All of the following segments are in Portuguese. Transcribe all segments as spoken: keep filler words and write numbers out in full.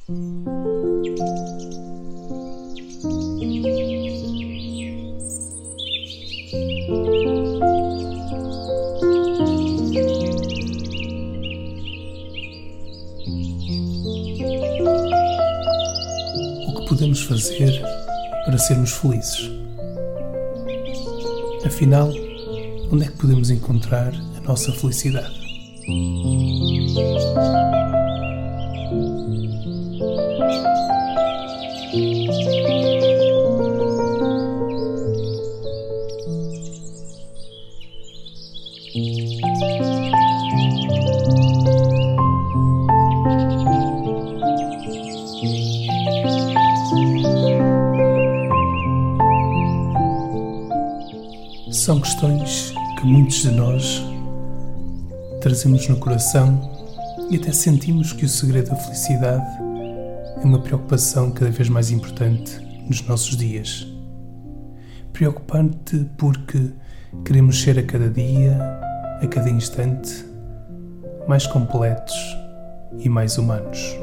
O que podemos fazer para sermos felizes? Afinal, onde é que podemos encontrar a nossa felicidade? São questões que muitos de nós trazemos no coração e até sentimos que o segredo da felicidade é uma preocupação cada vez mais importante nos nossos dias. Preocupante porque queremos ser a cada dia, a cada instante, mais completos e mais humanos.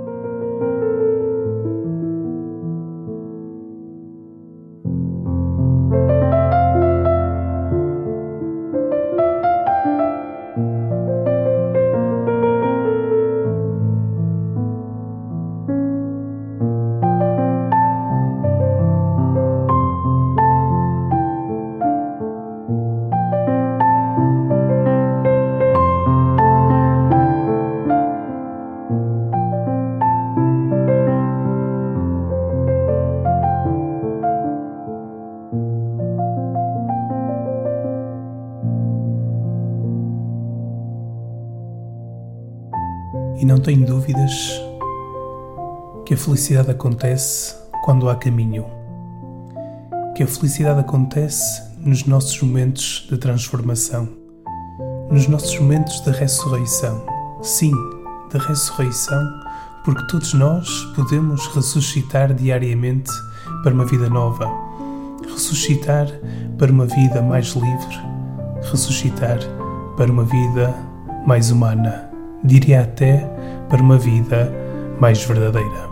E não tenho dúvidas que a felicidade acontece quando há caminho, que a felicidade acontece nos nossos momentos de transformação, nos nossos momentos de ressurreição. Sim, de ressurreição, porque todos nós podemos ressuscitar diariamente para uma vida nova, ressuscitar para uma vida mais livre, ressuscitar para uma vida mais humana. Diria até para uma vida mais verdadeira.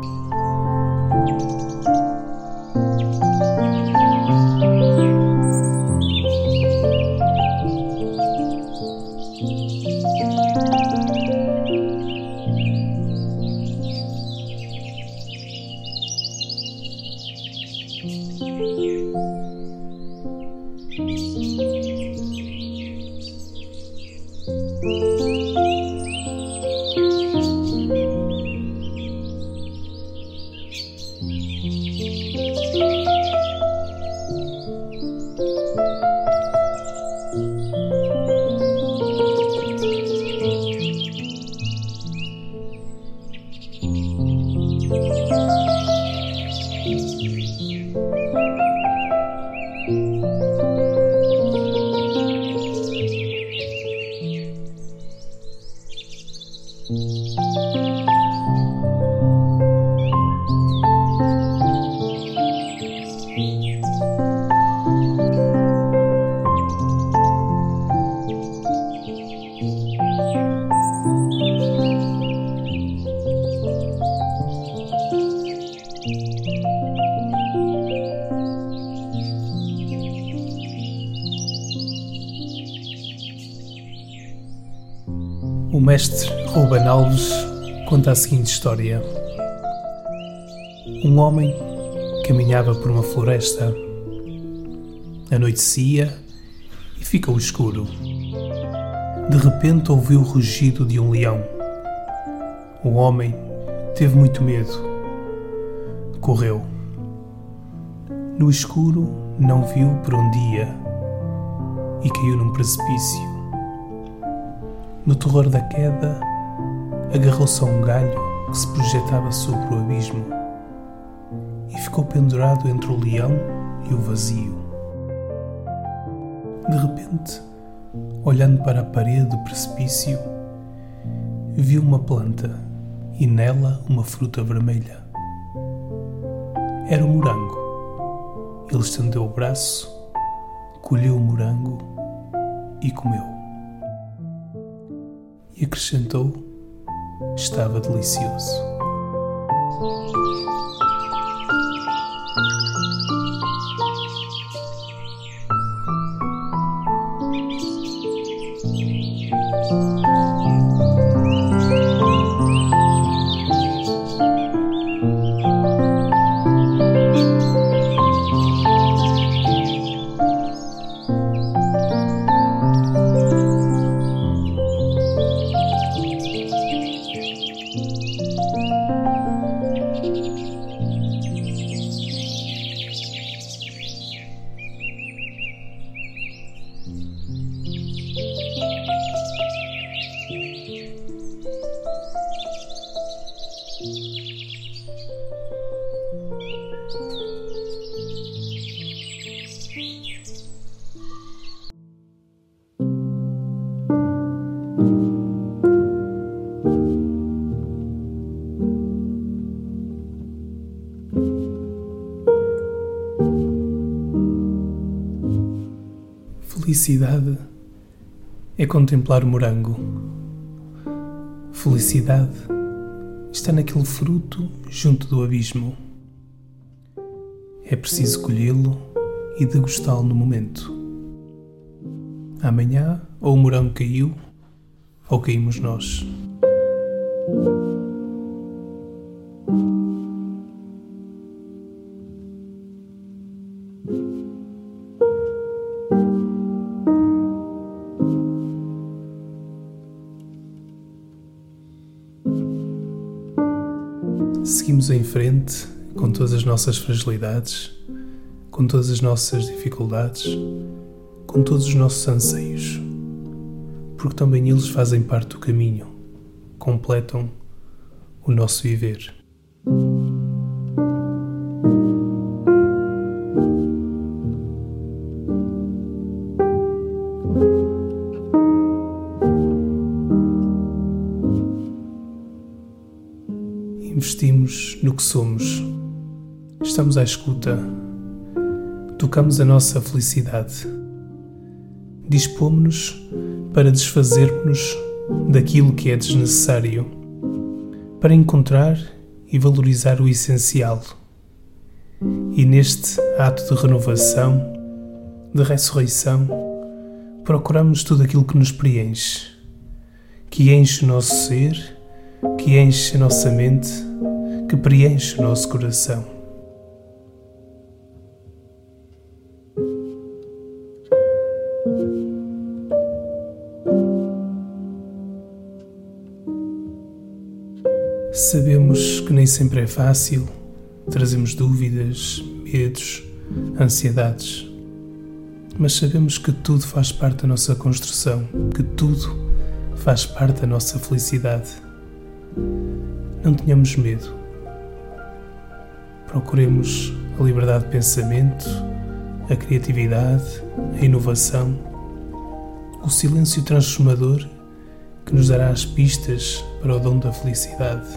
O mestre Ruben Alves conta a seguinte história. Um homem caminhava por uma floresta. Anoitecia e ficou escuro. De repente ouviu o rugido de um leão. O homem teve muito medo. Correu. No escuro não viu por onde ia e caiu num precipício. No terror da queda, agarrou-se a um galho que se projetava sobre o abismo e ficou pendurado entre o leão e o vazio. De repente, olhando para a parede do precipício, viu uma planta e nela uma fruta vermelha. Era um morango. Ele estendeu o braço, colheu o morango e comeu. E acrescentou: estava delicioso. Felicidade é contemplar o morango. Felicidade está naquele fruto junto do abismo. É preciso colhê-lo e degustá-lo no momento. Amanhã, ou o morango caiu, ou caímos nós. Seguimos em frente com todas as nossas fragilidades, com todas as nossas dificuldades, com todos os nossos anseios, porque também eles fazem parte do caminho, completam o nosso viver. Investimos no que somos, estamos à escuta, tocamos a nossa felicidade, dispomos-nos para desfazermos-nos daquilo que é desnecessário, para encontrar e valorizar o essencial. E neste ato de renovação, de ressurreição, procuramos tudo aquilo que nos preenche, que enche o nosso ser, que enche a nossa mente, que preenche o nosso coração. Sabemos que nem sempre é fácil, trazemos dúvidas, medos, ansiedades, mas sabemos que tudo faz parte da nossa construção, que tudo faz parte da nossa felicidade. Não tenhamos medo. Procuremos a liberdade de pensamento, a criatividade, a inovação, o silêncio transformador que nos dará as pistas para o dom da felicidade.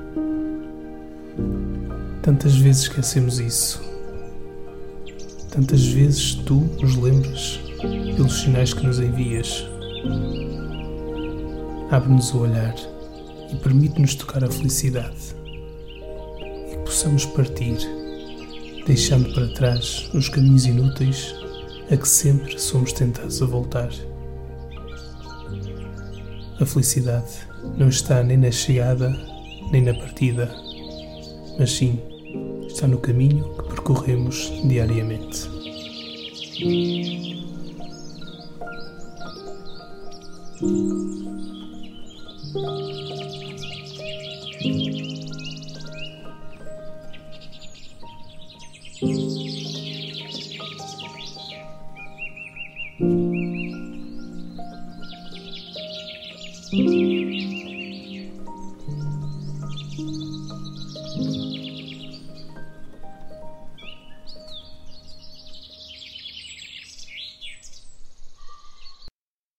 Tantas vezes esquecemos isso. Tantas vezes tu nos lembras pelos sinais que nos envias. Abre-nos o olhar e permite-nos tocar a felicidade e que possamos partir, deixando para trás os caminhos inúteis a que sempre somos tentados a voltar. A felicidade não está nem na chegada nem na partida, mas sim está no caminho que percorremos diariamente.